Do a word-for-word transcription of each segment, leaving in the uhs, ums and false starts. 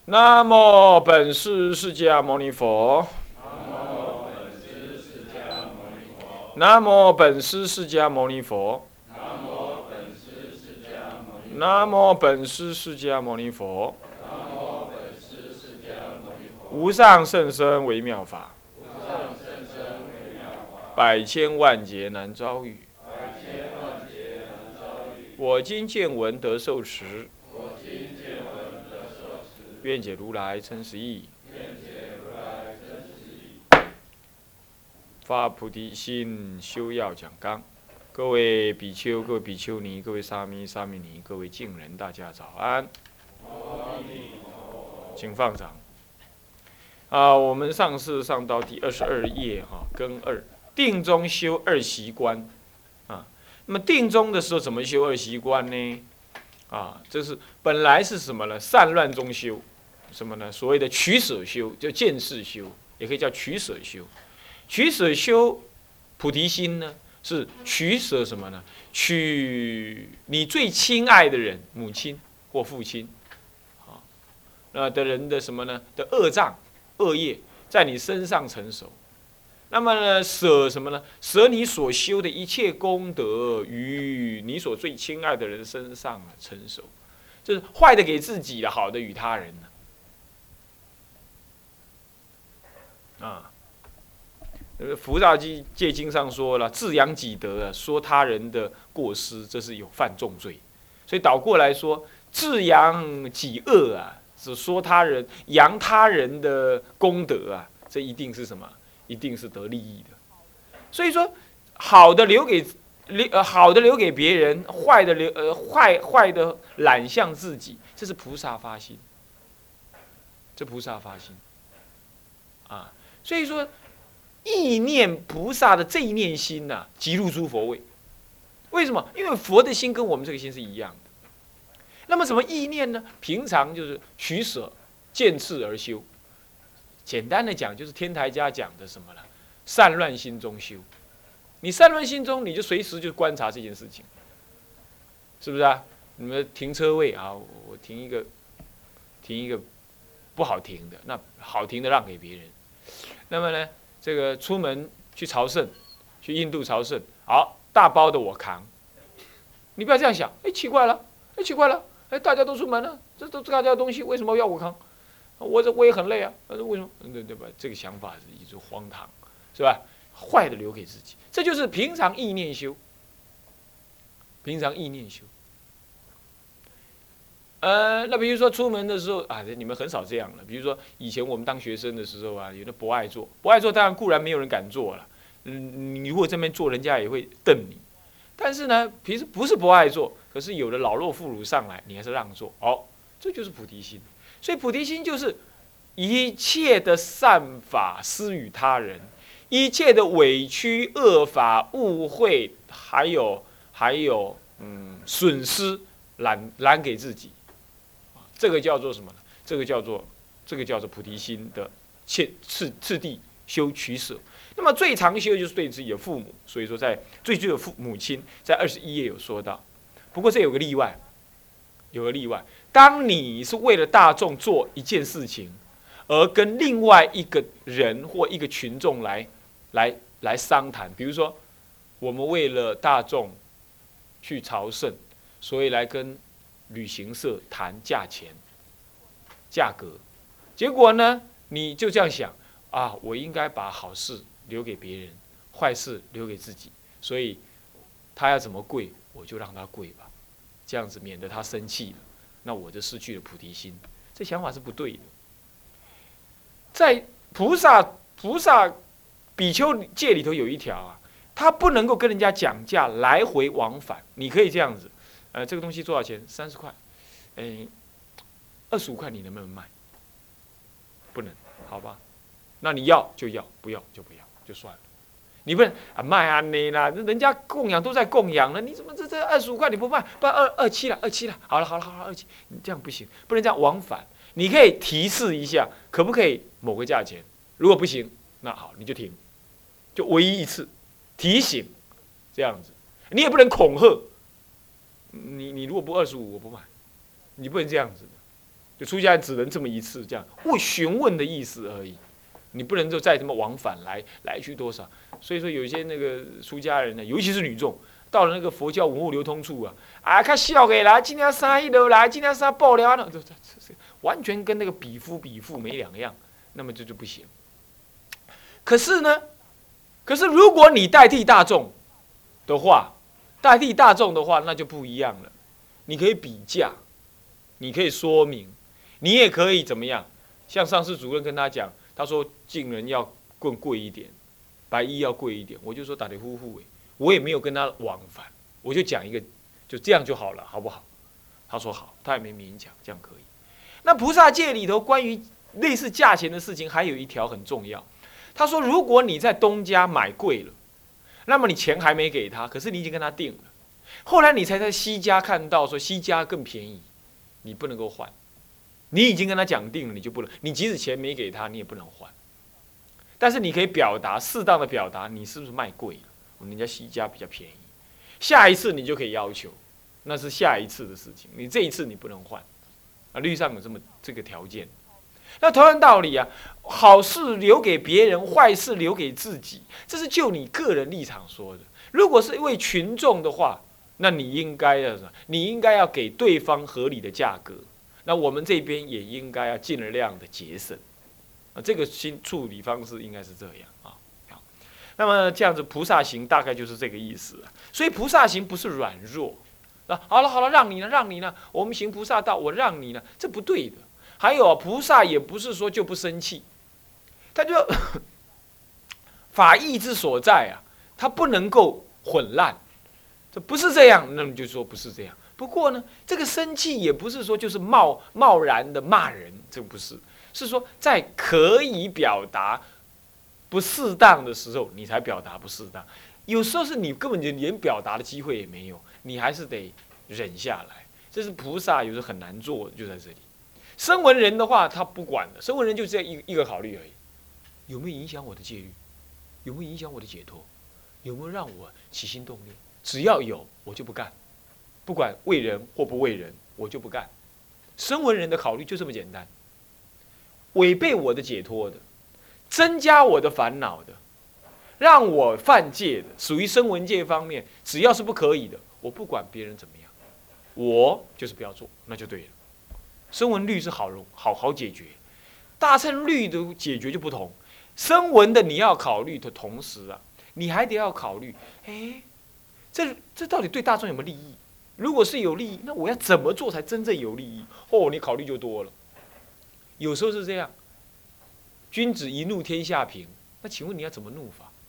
南无本师释迦牟尼佛。南无本师释迦牟尼佛。南无本师释迦牟尼佛。无上甚深微妙法，百千万劫难遭遇。我今见闻得受持，愿解如来真实义。发菩提心，修要讲纲。各位比丘、各位比丘尼、各位沙弥、沙弥尼、各位敬人，大家早安。请放掌。啊，我们上次上到第二十二页哈，庚二定中修二习观啊。那么定中的时候怎么修二习观呢？啊，这是本来是什么呢？散乱中修，什么呢？所谓的取舍修，叫见识修，也可以叫取舍修。取舍修菩提心呢，是取舍什么呢？取你最亲爱的人，母亲或父亲，啊，那的人的什么呢？的恶障、恶业在你身上成熟。那么呢，舍什么呢？舍你所修的一切功德于你所最亲爱的人身上成熟，就是坏的给自己了，好的与他人啊。《菩萨戒经》上说了，自扬己德啊，说他人的过失，这是有犯重罪。所以倒过来说，自扬己恶啊，是说他人扬他人的功德啊，这一定是什么？一定是得利益的。所以说，好的留给留呃好的留给别人，坏的留呃坏坏的揽向自己，这是菩萨发心。这菩萨发心啊，所以说。意念菩萨的这一念心呐、啊，即入诸佛位。为什么？因为佛的心跟我们这个心是一样的。那么什么意念呢？平常就是取舍、见次而修。简单的讲，就是天台家讲的什么呢？散乱心中修。你散乱心中，你就随时就观察这件事情，是不是啊？你们停车位啊，我停一个，停一个不好停的，那好停的让给别人。那么呢？这个出门去朝圣，去印度朝圣，好，大包的我扛。你不要这样想，哎，奇怪了，哎，奇怪了，哎，大家都出门了，这都大家的东西，为什么要我扛？我这我也很累啊，但是为什么？对对吧？这个想法是一种荒唐，是吧？坏的留给自己，这就是平常意念修。平常意念修。呃，那比如说出门的时候啊，你们很少这样了。比如说以前我们当学生的时候啊，有的不爱做，不爱做，当然固然没有人敢做了。嗯，你如果这边做，人家也会瞪你。但是呢，平时不是不爱做，可是有的老弱妇孺上来，你还是让座。哦，这就是菩提心。所以菩提心就是一切的善法施与他人，一切的委屈、恶法、误会，还有还有嗯损失揽揽给自己。这个叫做什么呢？这个叫做这个叫做菩提心的次次次第修取舍。那么最常修就是对自己的父母，所以说在最最的父母亲，在二十一页有说到。不过这有个例外，有个例外。当你是为了大众做一件事情，而跟另外一个人或一个群众来来来商谈，比如说我们为了大众去朝圣，所以来跟旅行社谈价钱、价格，结果呢，你就这样想啊，我应该把好事留给别人，坏事留给自己，所以他要怎么贵，我就让他贵吧，这样子免得他生气了，那我就失去了菩提心，这想法是不对的。在菩萨菩萨比丘戒里头有一条啊，他不能够跟人家讲价来回往返，你可以这样子。呃，这个东西多少钱？三十块，哎，二十五块你能不能卖？不能，好吧？那你要就要，不要就不要，就算了。你不能啊卖啊你啦，人家供养都在供养了，你怎么这这二十五块你不卖？不然二二七了，二七了，好了好了好了二七，你这样不行，不能这样往返。你可以提示一下，可不可以某个价钱？如果不行，那好你就停，就唯一一次提醒，这样子，你也不能恐吓。你你如果不二十五，我不买，你不能这样子的， 就出家人只能这么一次，这样问询问的意思而已，你不能就再这么往返来来去多少。所以说有些那个出家人呢，尤其是女众，到了那个佛教文物流通处啊，啊，较俗的啦，今天啥一楼啦，今天啥爆料呢，这这这完全跟那个比夫比妇没两样，那么这就不行。可是呢，可是如果你代替大众的话，代替大众的话，那就不一样了。你可以比价，你可以说明，你也可以怎么样？像上次主任跟他讲，他说净人要更贵一点，白衣要贵一点，我就说打得呼呼哎，我也没有跟他往返，我就讲一个，就这样就好了，好不好？他说好，他也没勉强，这样可以。那菩萨戒里头关于类似价钱的事情，还有一条很重要。他说，如果你在东家买贵了，那么你钱还没给他，可是你已经跟他定了，后来你才在西家看到说西家更便宜，你不能够换。你已经跟他讲定了，你就不能，你即使钱没给他，你也不能换。但是你可以表达适当的表达，你是不是卖贵了？人家西家比较便宜，下一次你就可以要求，那是下一次的事情，你这一次你不能换。啊，律上有这么这个条件。那同样道理啊，好事留给别人，坏事留给自己，这是就你个人立场说的。如果是为群众的话，那你应该要什么？你应该要给对方合理的价格。那我们这边也应该要尽量的节省。啊，这个新处理方式应该是这样啊。好，那么这样子菩萨行大概就是这个意思啊。所以菩萨行不是软弱啊。好了好了，让你呢，让你呢，我们行菩萨道，我让你呢，这不对的。还有菩萨也不是说就不生气，他就法义之所在啊，他不能够混乱，这不是这样，那你就说不是这样。不过呢，这个生气也不是说就是贸贸然的骂人，这不是，是说在可以表达不适当的时候，你才表达不适当。有时候是你根本就连表达的机会也没有，你还是得忍下来。这是菩萨有时候很难做的，就在这里。声闻人的话，他不管的，声闻人就这一一个考虑而已：有没有影响我的戒律？有没有影响我的解脱？有没有让我起心动念？只要有，我就不干，不管为人或不为人，我就不干。声闻人的考虑就这么简单：违背我的解脱的，增加我的烦恼的，让我犯戒的，属于声闻戒方面，只要是不可以的，我不管别人怎么样，我就是不要做，那就对了。声闻律是好容好好解决，大乘律的解决就不同。声闻的你要考虑的同时啊，你还得要考虑，哎，这这到底对大众有没有利益？如果是有利益，那我要怎么做才真正有利益？哦，你考虑就多了。有时候是这样，君子一怒天下平。那请问你要怎么怒法？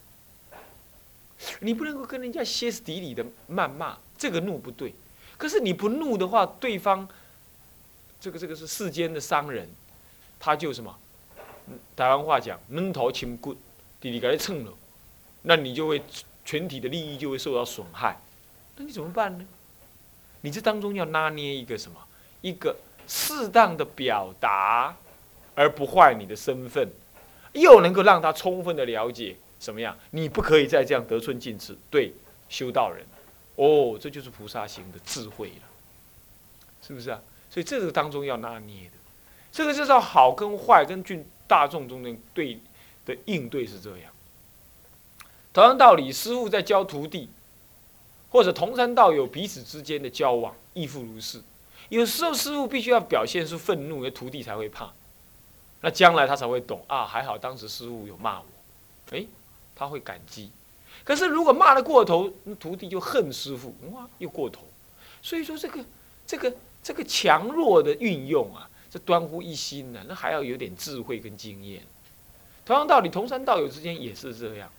你不能够跟人家歇斯底里的谩骂，这个怒不对。可是你不怒的话，对方。这个这个是世间的商人，他就什么？台湾话讲，扔头轻骨，弟弟给他蹭了，那你就会全体的利益就会受到损害，那你怎么办呢？你这当中要拿捏一个什么？一个适当的表达，而不坏你的身份，又能够让他充分的了解什么样？你不可以再这样得寸进尺对修道人，哦，这就是菩萨行的智慧了，是不是啊？所以这个当中要拿捏的，这个就是好跟坏跟群大众中间对的应对是这样。同样道理，师父在教徒弟，或者同山道友彼此之间的交往，亦复如是。有时候师父必须要表现出愤怒，徒弟才会怕，那将来他才会懂啊，还好当时师父有骂我，哎，他会感激。可是如果骂得过头，徒弟就恨师父，哇，又过头。所以说这个这个。这个强弱的运用啊，这端乎一心呢、啊，那还要有点智慧跟经验。同样道理，同山道友之间也是这样。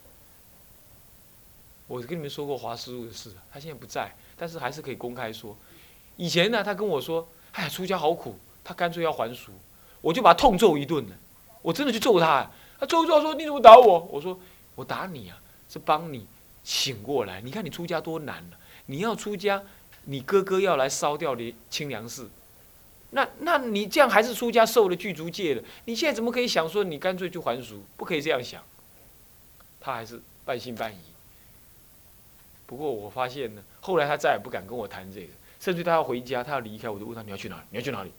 我跟你们说过华师父的事，他现在不在，但是还是可以公开说。以前呢，他跟我说：“哎，出家好苦，他干脆要还俗。”我就把他痛揍一顿了，我真的去揍他、啊。他揍揍说：“你怎么打我？”我说：“我打你啊，是帮你醒过来。你看你出家多难了、啊，你要出家。”你哥哥要来烧掉你清凉寺，那那你这样还是出家受了具足戒了？你现在怎么可以想说你干脆去还俗？不可以这样想。他还是半信半疑。不过我发现呢，后来他再也不敢跟我谈这个，甚至他要回家，他要离开，我就问他你要去哪里？你要去哪里？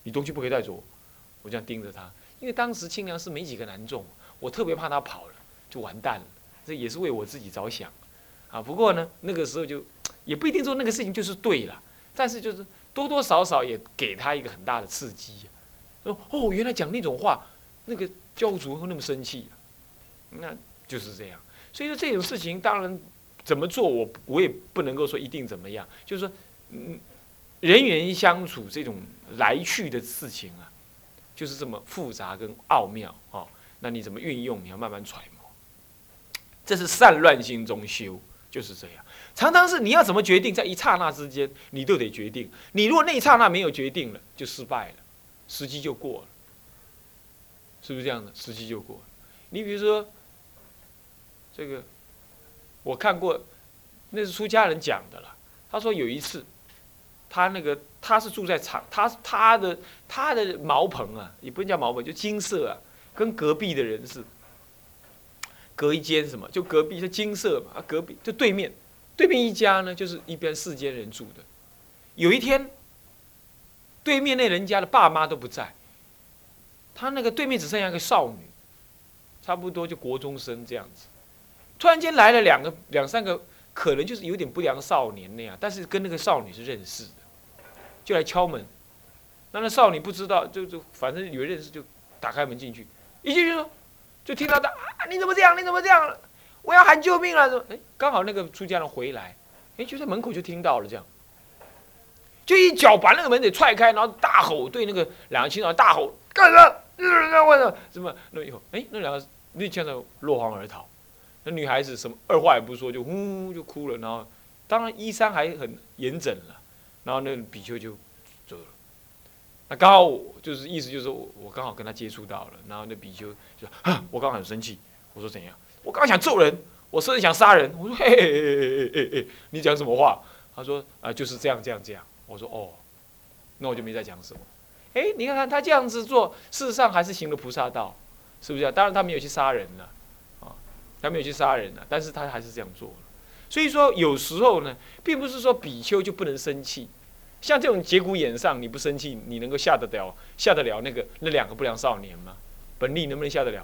你东西不可以带走。我这样盯着他，因为当时清凉寺没几个男众，我特别怕他跑了，就完蛋了。这也是为我自己着想，啊，不过呢，那个时候就也不一定说那个事情就是对了，但是就是多多少少也给他一个很大的刺激。说哦，原来讲那种话，那个教主会那么生气，那就是这样。所以说这种事情，当然怎么做我，我也不能够说一定怎么样。就是说，嗯，人缘相处这种来去的事情啊，就是这么复杂跟奥妙哦。那你怎么运用，你要慢慢揣摩。这是散乱心中修，就是这样。常常是你要怎么决定，在一刹那之间，你都得决定。你如果那一刹那没有决定了，就失败了，时机就过了，是不是这样的？时机就过了。你比如说，这个我看过，那是出家人讲的啦。他说有一次，他那个他是住在厂，他他的他的茅棚啊，也不能叫茅棚，就金色啊，跟隔壁的人是隔一间什么，就隔壁是金色嘛，啊，隔壁就对面，对面一家呢，就是一边世间人住的。有一天，对面那人家的爸妈都不在，他那个对面只剩下一个少女，差不多就国中生这样子。突然间来了两个两三个，可能就是有点不良少年那样，但是跟那个少女是认识的，就来敲门。那那少女不知道，就就反正以为认识，就打开门进去，一进去说，就听到他啊，你怎么这样？你怎么这样了？我要喊救命了！说，哎，刚好那个出家人回来，哎，就在门口就听到了，这样，就一脚把那个门给踹开，然后大吼，对那个两个青少年大吼，干什么？为什么？什么？那以后，哎，那两个那青少年落荒而逃。那女孩子什么二话也不说，就呼就哭了，然后当然衣衫还很严整了，然后那比丘就走了。那刚好就是意思就是我我刚好跟他接触到了，然后那比丘就啊，我刚好很生气，我说怎样？我刚想揍人，我甚至想杀人。我说嘿嘿嘿嘿嘿嘿，你讲什么话？他说啊，就是这样这样这样。我说哦，那我就没再讲什么。哎，你看看他这样子做，事实上还是行了菩萨道，是不是啊？当然他没有去杀人了。他没有去杀人啊，但是他还是这样做了。所以说，有时候呢，并不是说比丘就不能生气。像这种节骨眼上，你不生气，你能够下得了下得了那个那两个不良少年吗？本力能不能下得了？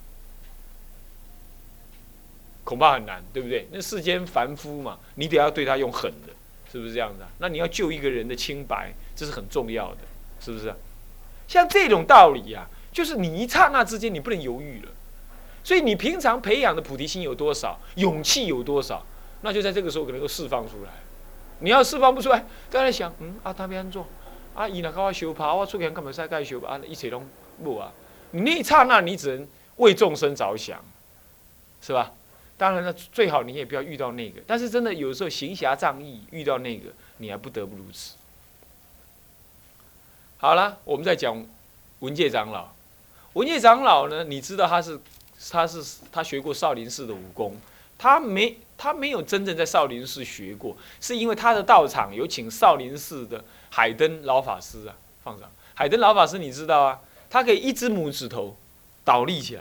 恐怕很难，对不对？那世间凡夫嘛，你得要对他用狠的，是不是这样的、啊？那你要救一个人的清白，这是很重要的，是不是、啊？像这种道理呀、啊，就是你一刹那之间，你不能犹豫了。所以你平常培养的菩提心有多少，勇气有多少，那就在这个时候可能够释放出来。你要释放不出来，刚才想，嗯，啊，他要安做，啊，伊若跟我相拍，我出去干嘛使跟伊相拍？啊，一切拢无啊。你那一刹那，你只能为众生着想，是吧？当然了，最好你也不要遇到那个。但是真的有时候行侠仗义，遇到那个，你还不得不如此。好了，我们再讲文戒长老。文戒长老呢，你知道他是。他是他学过少林寺的武功，他没他没有真正在少林寺学过，是因为他的道场有请少林寺的海灯老法师啊放上。海灯老法师你知道啊，他可以一只拇指头倒立起来，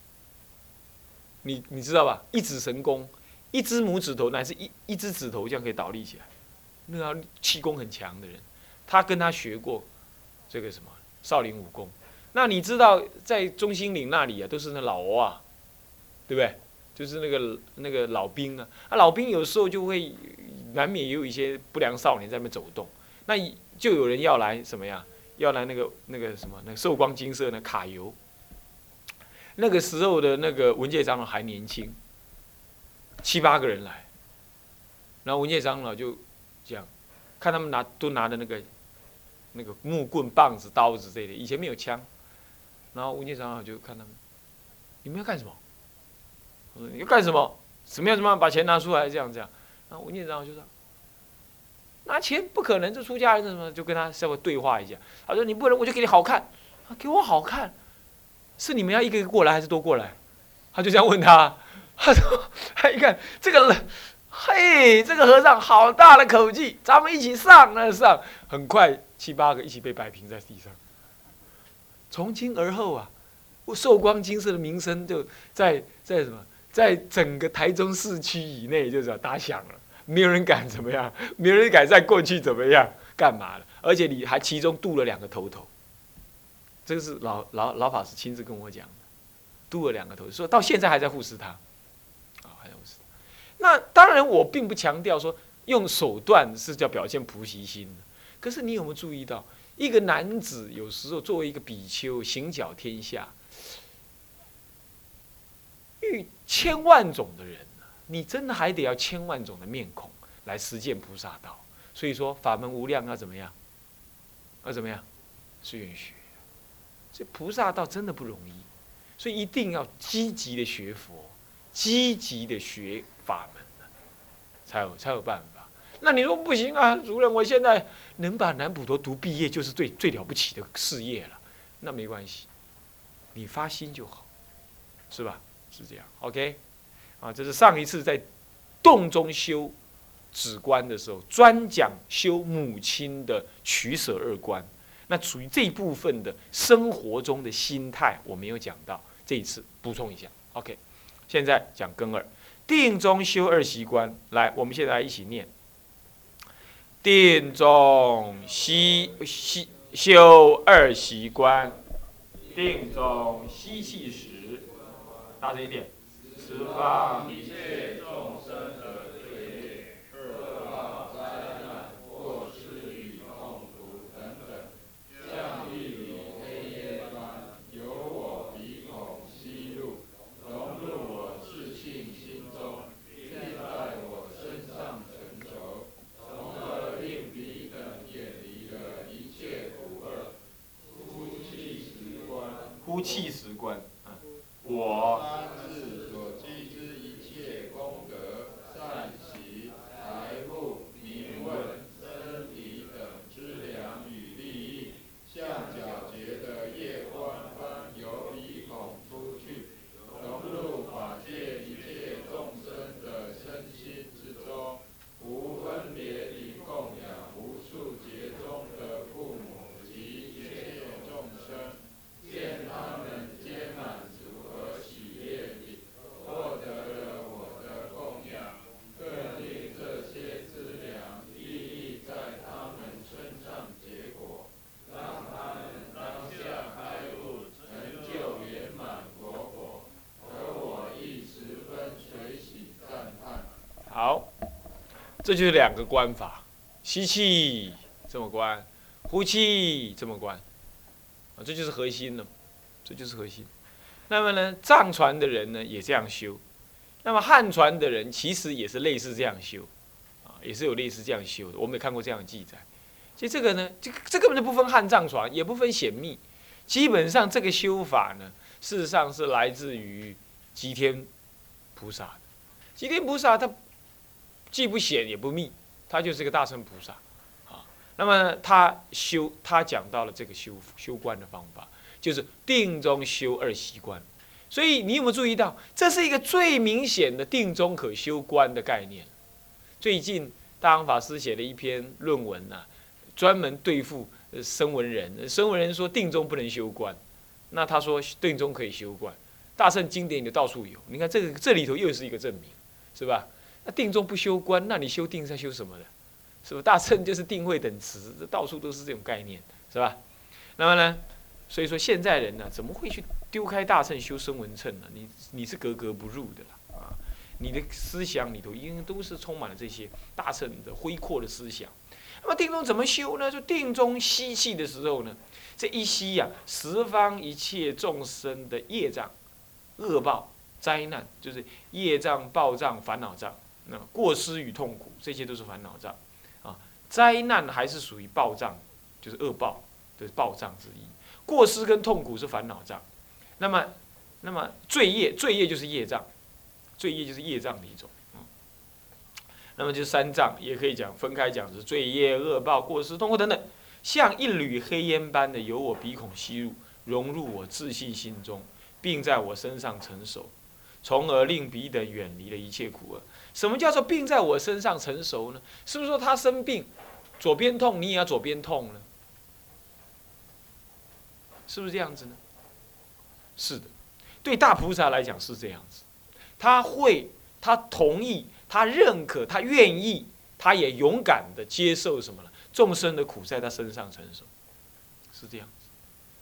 你你知道吧？一指神功，一只拇指头乃是一一只指头这样可以倒立起来，那个气功很强的人，他跟他学过这个什么少林武功。那你知道，在中心岭那里啊，都是那老欧啊，对不对？就是那个那个老兵啊，啊，老兵有时候就会难免也有一些不良少年在那边走动，那就有人要来什么呀？要来那个那个什么那个寿光金色的卡油。那个时候的那个文戒长老还年轻，七八个人来，然后文戒长老就这样，看他们拿都拿的那个那个木棍、棒子、刀子这类的，以前没有枪。然后文戒长老就看他们，你们要干什么？我说你要干什么？什么样什么样把钱拿出来？这样这样。然后文戒长老就说，拿钱不可能，这出家人什么就跟他稍微对话一下。他说你不能，我就给你好看，啊、给我好看，是你们要一个一个过来还是都过来？他就这样问他。他说他一看这个人，嘿，这个和尚好大的口气，咱们一起上那上，很快七八个一起被摆平在地上。从今而后啊，寿光金色的名声就在在什么，在整个台中市区以内就是打响了，没有人敢怎么样，没有人敢再过去怎么样干嘛了。而且你还其中渡了两个头头， 这个是老老老法师亲自跟我讲的，度了两个头，说到现在还在护持他，啊，还在护持他。那当然，我并不强调说用手段是叫表现菩提心的，可是你有没有注意到，一个男子有时候作为一个比丘行脚天下，遇千万种的人，你真的还得要千万种的面孔来实践菩萨道。所以说法门无量要怎么样？要怎么样？是愿学。所以菩萨道真的不容易，所以一定要积极的学佛，积极的学法门，才有才有办法。那你说不行啊，主任，我现在能把南普陀读毕业就是最最了不起的事业了，那没关系，你发心就好，是吧？是这样 ，OK， 啊，这是上一次在洞中修止观的时候，专讲修母亲的取舍二观。那属于这一部分的生活中的心态，我没有讲到，这一次补充一下。OK， 现在讲根二，定中修二习观。来，我们现在来一起念：定中息息修二习观，定中息气时，大声一点，十方一切众生的罪业、恶报、灾难、过失与痛苦等等。像一缕黑烟般，由我鼻孔吸入，融入我自信心中，并在我身上成熟，从而令彼等远离了一切苦恶。呼气时观，呼气时观，啊，我三世所积之一切功德、善习、财富、名闻、身体等之良与利益，像皎洁的夜光般由鼻孔出去，融入法界一切众生的身心之中，无分别地供养无数劫中的父母及一切众生，见他们皆满足和喜悦地获得了我的供养，更令这些资粮利益在他们身上结果，让他们当下开悟，成就圆满果果，而我亦十分随喜赞叹。好，这就是两个观法，吸气这么观，呼气这么观，啊，这就是核心了，这就是核心。那么呢，藏传的人呢也这样修，那么汉传的人其实也是类似这样修，啊，也是有类似这样修的，我们也看过这样的记载。其实这个呢，这个这根本就不分汉藏传，也不分显密，基本上这个修法呢，事实上是来自于吉天菩萨的。吉天菩萨他既不显也不密，他就是个大乘菩萨，啊，那么他修他讲到了这个修修观的方法，就是定中修二习观。所以你有没有注意到，这是一个最明显的定中可修观的概念？最近大行法师写了一篇论文呐、啊，专门对付声闻人。声闻人说定中不能修观，那他说定中可以修观，大乘经典里到处有。你看这个这里头又是一个证明，是吧？那定中不修观，那你修定在修什么呢？是不是？大乘就是定慧等持，到处都是这种概念，是吧？那么呢，所以说现在人呢、啊，怎么会去丢开大乘修声闻乘呢？你你是格格不入的啦啊！你的思想里头应该都是充满了这些大乘的恢阔的思想。那么定中怎么修呢？就定中吸气的时候呢，这一吸呀、啊，十方一切众生的业障、恶报、灾难，就是业障、报障、烦恼障。那过失与痛苦，这些都是烦恼障啊。灾难还是属于报障，就是恶报的报障之一。过失跟痛苦是烦恼障。那么，那么罪业，罪业就是业障，罪业就是业障的一种。嗯，那么就三障，也可以讲分开讲，是罪业、恶报、过失、痛苦等等，像一缕黑烟般的由我鼻孔吸入，融入我自信心中，并在我身上成熟，从而令彼等远离了一切苦厄。什么叫做病在我身上成熟呢？是不是说他生病，左边痛，你也要左边痛呢？是不是这样子呢？是的，对大菩萨来讲是这样子，他会，他同意，他认可，他愿意，他也勇敢的接受什么呢？众生的苦在他身上成熟，是这样子。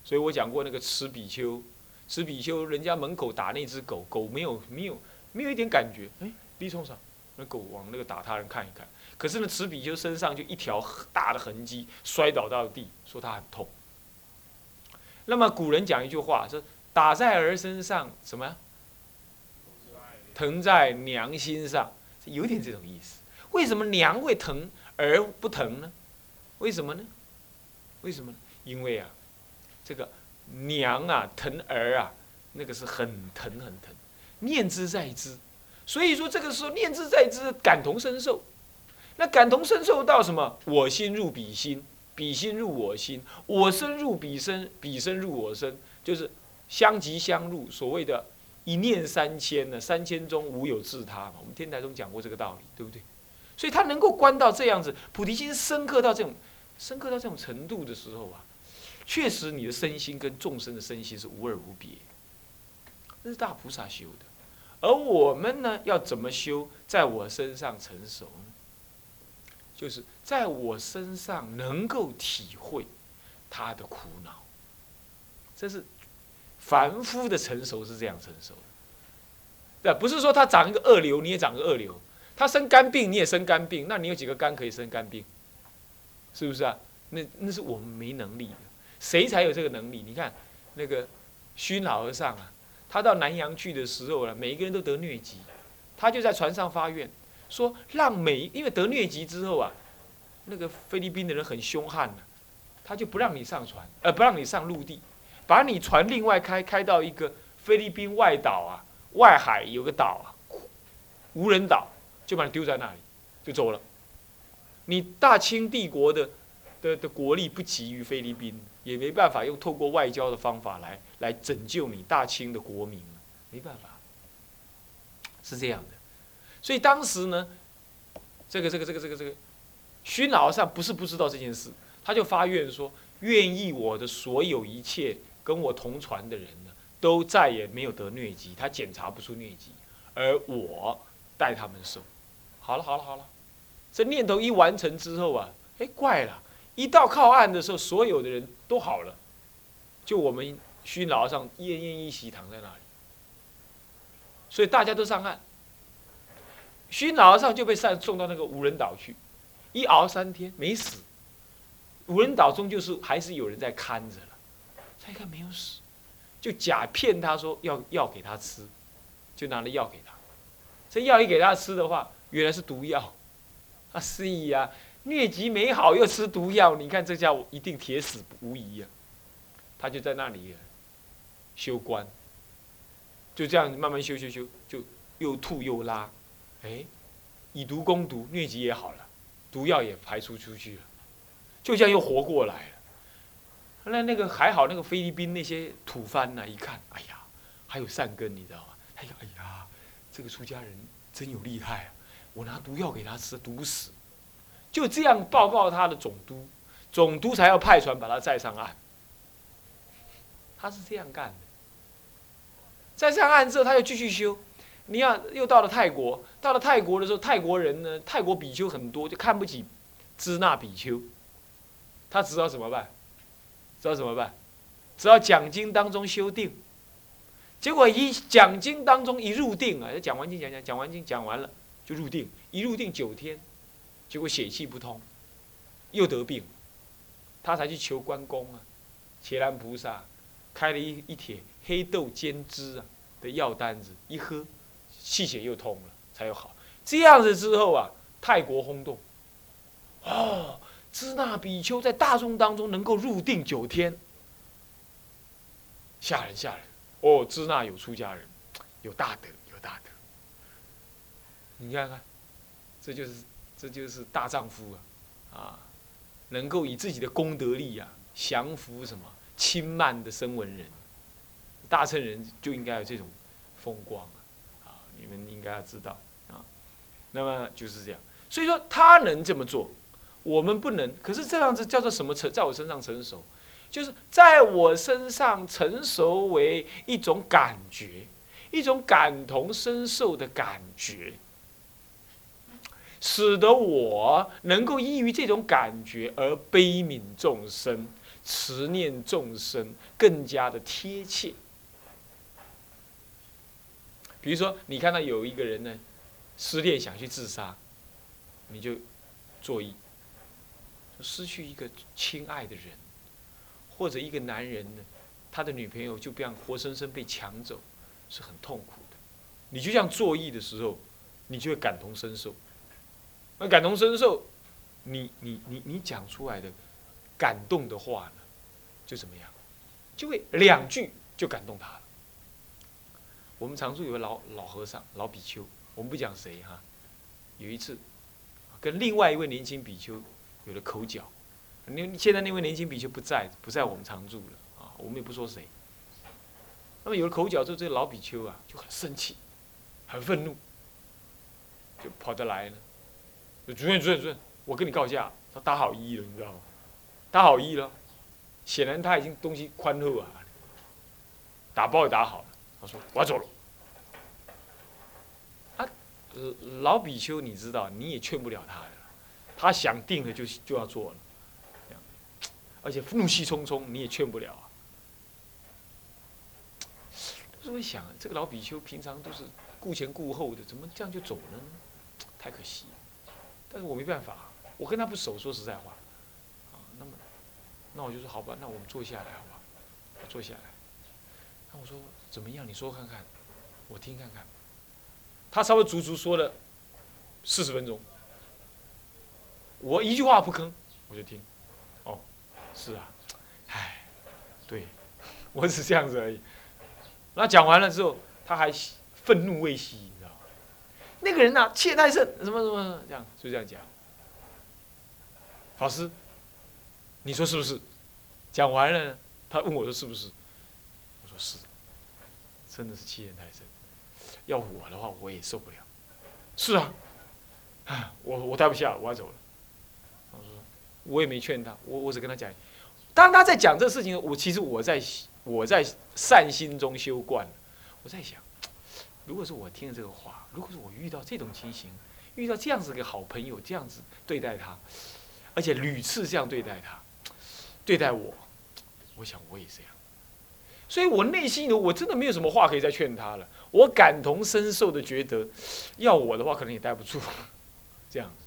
所以我讲过那个持比丘，持比丘人家门口打那只狗，狗没有没有没有一点感觉，哎，立冲上，那狗往那个打他人看一看，可是呢，持比丘身上就一条大的痕迹，摔倒到地，说他很痛。那么古人讲一句话，说打在儿身上，什么？疼在娘心上，有点这种意思。为什么娘会疼儿不疼呢？为什么呢？为什么呢？因为啊，这个娘啊疼儿啊，那个是很疼很疼，念之在之。所以说这个时候念之在之，感同身受。那感同身受到什么？我心入彼心，彼心入我心，我身入彼身，彼身入我身，就是相即相入。所谓的一念三千呢，三千中无有自他嘛。我们天台中讲过这个道理，对不对？所以他能够观到这样子，菩提心深刻到这种深刻到这种程度的时候啊，确实你的身心跟众生的身心是无二无别。这是大菩萨修的。而我们呢，要怎么修，在我身上成熟呢？就是在我身上能够体会他的苦恼。这是凡夫的成熟是这样成熟的，对，不是说他长一个二流，你也长个二流。他生肝病，你也生肝病，那你有几个肝可以生肝病？是不是啊？那那是我们没能力的，谁才有这个能力？你看那个虚老和尚啊，他到南洋去的时候啊，每一个人都得疟疾，他就在船上发愿，说让每因为得疟疾之后啊，那个菲律宾的人很凶悍啊，他就不让你上船，呃，不让你上陆地，把你船另外开，开到一个菲律宾外岛啊，外海有个岛啊，无人岛。就把你丢在那里，就走了。你大清帝国的的的国力不及于菲律宾，也没办法用透过外交的方法来来拯救你大清的国民，没办法，是这样的。所以当时呢，这个这个这个这个这个虚老和尚不是不知道这件事，他就发愿说，愿意我的所有一切跟我同船的人呢，都再也没有得疟疾，他检查不出疟疾，而我带他们受。好了好了好了，这念头一完成之后啊，哎，怪了，一到靠岸的时候，所有的人都好了，就我们虚老和尚奄奄一息躺在那里，所以大家都上岸，虚老和尚就被送送到那个无人岛去，一熬三天没死，无人岛终究是还是有人在看着了，他一看没有死，就假骗他说要药给他吃，就拿了药给他，这药一给他吃的话。原来是毒药，啊是呀，疟疾没好又吃毒药，你看这家伙一定铁死无疑啊！他就在那里修观，就这样慢慢修修修，就又吐又拉，哎，以毒攻毒，疟疾也好了，毒药也排出出去了，就这样又活过来了。那那个还好，那个菲律宾那些土番呐、啊，一看，哎呀，还有善根，你知道吗？哎呀，哎呀，这个出家人真有厉害啊！我拿毒药给他吃，毒死，就这样报告他的总督，总督才要派船把他载上岸。他是这样干的。载上岸之后，他又继续修。你要又到了泰国，到了泰国的时候，泰国人呢，泰国比丘很多，就看不起支那比丘。他知道怎么办？知道怎么办？只要讲经当中修定。结果一讲经当中一入定啊，讲完经讲讲讲完经讲完了。就入定，一入定九天，结果血气不通，又得病，他才去求关公啊，伽蓝菩萨开了一一帖黑豆煎汁啊的药单子，一喝，气血又通了，才有好。这样子之后啊，泰国轰动，哦，支那比丘在大众当中能够入定九天，吓人吓人！哦，支那有出家人，有大德，有大德。你看看，这就是这就是大丈夫啊，啊，能够以自己的功德力啊，降服什么轻慢的声闻人，大乘人就应该有这种风光啊，啊，你们应该要知道啊。那么就是这样，所以说他能这么做，我们不能。可是这样子叫做什么成？在我身上成熟，就是在我身上成熟为一种感觉，一种感同身受的感觉。使得我能够依于这种感觉而悲悯众生， 慈念众生更加的贴切。比如说，你看到有一个人呢，失恋想去自杀，你就作意，失去一个亲爱的人，或者一个男人呢，他的女朋友就这样活生生被抢走，是很痛苦的。你就这样作意的时候，你就会感同身受。那感同身受，你你你你讲出来的感动的话呢，就怎么样，就会两句就感动他了。我们常住有个老老和尚、老比丘，我们不讲谁哈。有一次，跟另外一位年轻比丘有了口角。你现在那位年轻比丘不在，不在我们常住了啊，我们也不说谁。那么有了口角之后，这个老比丘啊就很生气，很愤怒，就跑得来了。主任，主任，主任，我跟你告假，他打好一了，你知道吗？打好一了，显然他已经东西宽厚啊，打包也打好了。他说：“我要走了。”啊，老比丘，你知道，你也劝不了他的，他想定了就就要做了，这样，而且怒气冲冲，你也劝不了啊。就是会想，这个老比丘平常都是顾前顾后的，怎么这样就走了呢？太可惜了。但是我没办法，我跟他不熟，说实在话，啊，那么，那我就说好吧，那我们坐下来好不好？坐下来。那我说怎么样？你说看看，我听看看。他稍微足足说了四十分钟，我一句话不吭，我就听。哦，是啊，唉，对，我只是这样子而已。那讲完了之后，他还愤怒未息，你知道吗？那个人呐、啊，怯太甚，什么什么这样，就这样讲。法师，你说是不是？讲完了，他问我说是不是？我说是。真的是欺人太甚，要我的话我也受不了。是啊，我我待不下，我要走了。我说我也没劝他，我我只跟他讲，当他在讲这事情，我其实我在我在善心中修惯了。我在想，如果是我听了这个话，如果是我遇到这种情形，遇到这样子一个好朋友，这样子对待他，而且屡次这样对待他，对待我，我想我也这样。所以我内心的我真的没有什么话可以再劝他了。我感同身受的觉得，要我的话可能也待不住，这样。